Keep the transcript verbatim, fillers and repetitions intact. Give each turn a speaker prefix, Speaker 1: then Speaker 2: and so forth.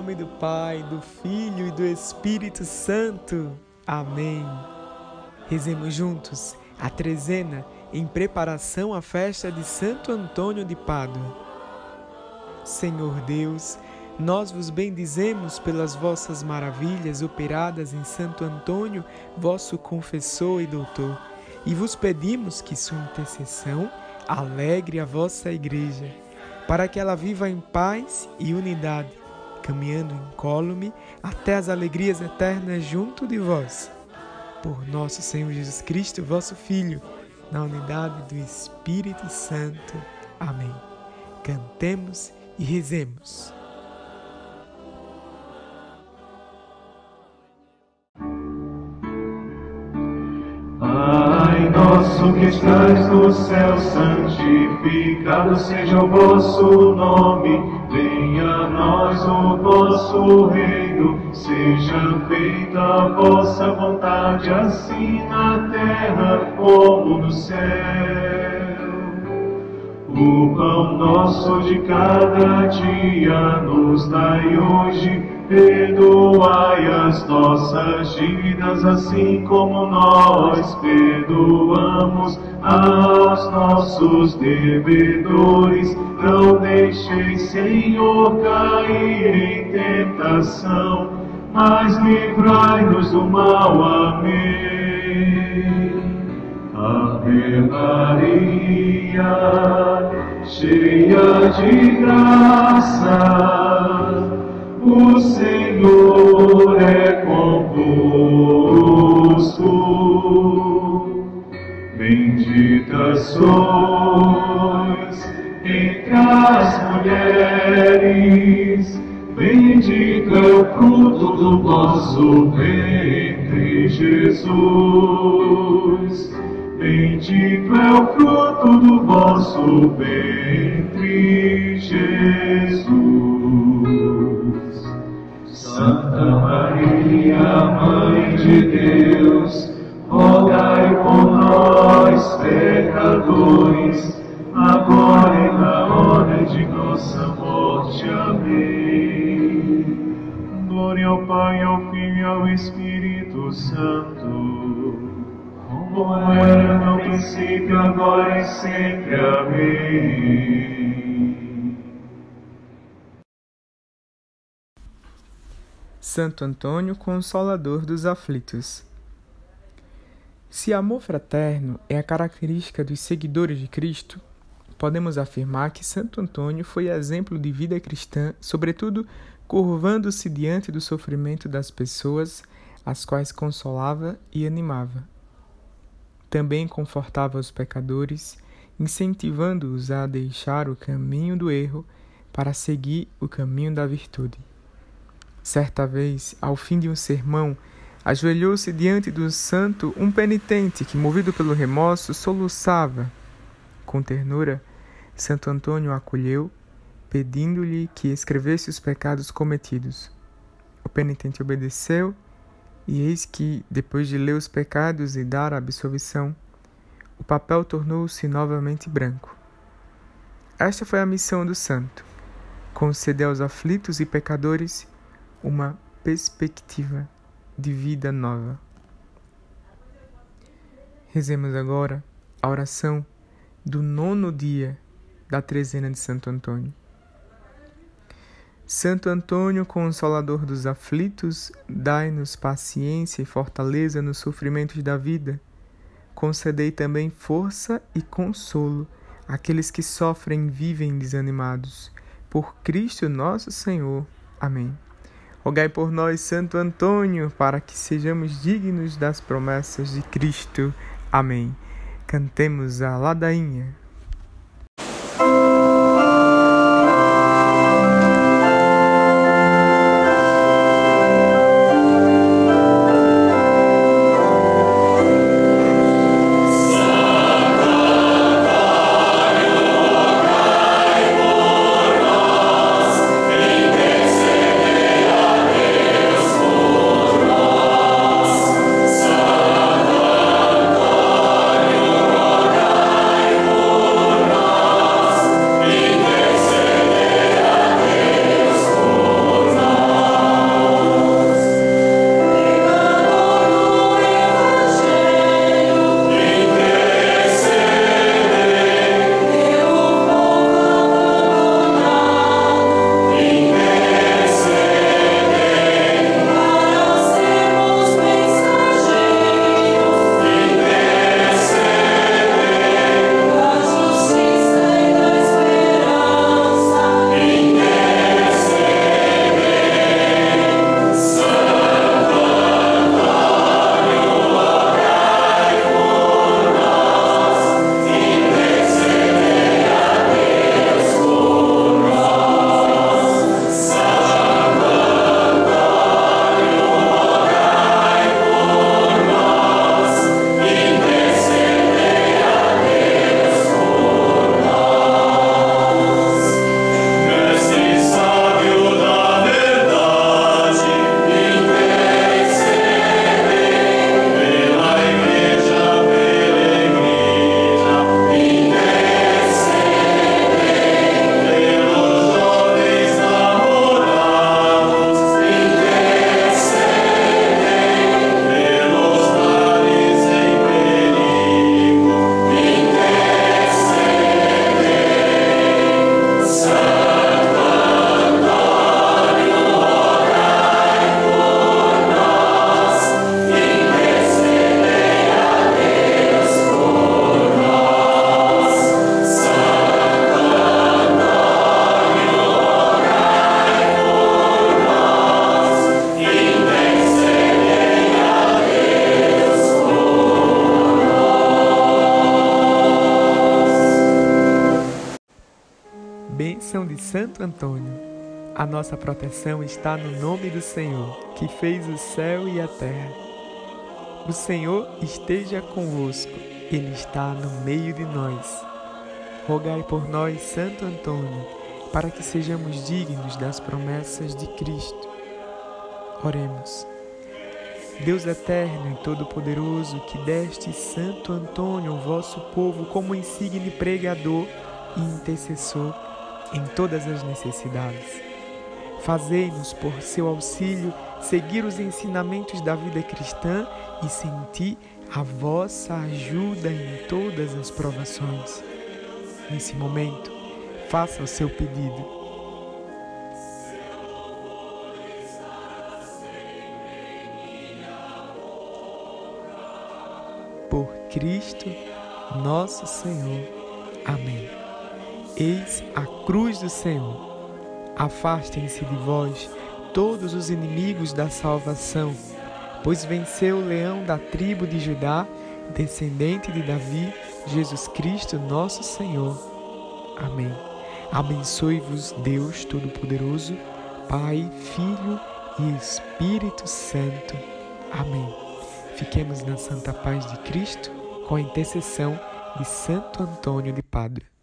Speaker 1: nome do Pai, do Filho e do Espírito Santo. Amém. Rezemos juntos a trezena em preparação à festa de Santo Antônio de Pádua. Senhor Deus, nós vos bendizemos pelas vossas maravilhas operadas em Santo Antônio, vosso confessor e doutor, e vos pedimos que sua intercessão alegre a vossa Igreja, para que ela viva em paz e unidade, caminhando incólume até as alegrias eternas junto de vós. Por nosso Senhor Jesus Cristo, vosso Filho, na unidade do Espírito Santo. Amém. Cantemos e rezemos.
Speaker 2: Pai nosso que estais no céu, santificado seja o vosso nome. Venha a nós o vosso reino, seja feita a vossa vontade, assim na terra como no céu. O pão nosso de cada dia nos dai hoje, perdoai as nossas dívidas, assim como nós perdoamos aos nossos devedores. Não deixeis, Senhor, cair em tentação, mas livrai-nos do mal. Amém. Ave Maria, cheia de graça, o Senhor é convosco. Bendita sois entre as mulheres, bendito é o fruto do vosso ventre, Jesus. Bendito é o fruto do vosso ventre, Jesus. Santa Maria, Mãe de Deus, rogai por nós, pecadores, agora e na hora de nossa morte. Amém. Glória ao Pai, ao Filho e ao Espírito Santo, como era no princípio, agora e sempre. Amém.
Speaker 1: Santo Antônio, Consolador dos aflitos. Se amor fraterno é a característica dos seguidores de Cristo, podemos afirmar que Santo Antônio foi exemplo de vida cristã, sobretudo curvando-se diante do sofrimento das pessoas, as quais consolava e animava. Também confortava os pecadores, incentivando-os a deixar o caminho do erro para seguir o caminho da virtude. Certa vez, ao fim de um sermão, ajoelhou-se diante do santo um penitente que, movido pelo remorso, soluçava. Com ternura, Santo Antônio o acolheu, pedindo-lhe que escrevesse os pecados cometidos. O penitente obedeceu, e eis que, depois de ler os pecados e dar a absolvição, o papel tornou-se novamente branco. Esta foi a missão do santo: conceder aos aflitos e pecadores uma perspectiva de vida nova. Rezemos agora a oração do nono dia da trezena de Santo Antônio. Santo Antônio, Consolador dos aflitos, dai-nos paciência e fortaleza nos sofrimentos da vida. Concedei também força e consolo àqueles que sofrem e vivem desanimados. Por Cristo nosso Senhor. Amém. Rogai por nós, Santo Antônio, para que sejamos dignos das promessas de Cristo. Amém. Cantemos a ladainha.
Speaker 3: Oh
Speaker 1: proteção de Santo Antônio. A nossa proteção está no nome do Senhor, que fez o céu e a terra. O Senhor esteja convosco, Ele está no meio de nós. Rogai por nós, Santo Antônio, para que sejamos dignos das promessas de Cristo. Oremos. Deus eterno e todo-poderoso, que deste Santo Antônio ao vosso povo como insigne pregador e intercessor em todas as necessidades, fazei-nos, por seu auxílio, seguir os ensinamentos da vida cristã e sentir a vossa ajuda em todas as provações. Nesse momento, faça o seu pedido. Por Cristo, nosso Senhor. Amém. Eis a cruz do Senhor. Afastem-se de vós todos os inimigos da salvação, pois venceu o leão da tribo de Judá, descendente de Davi, Jesus Cristo, nosso Senhor. Amém. Abençoe-vos Deus Todo-Poderoso, Pai, Filho e Espírito Santo. Amém. Fiquemos na santa paz de Cristo, com a intercessão de Santo Antônio de Pádua.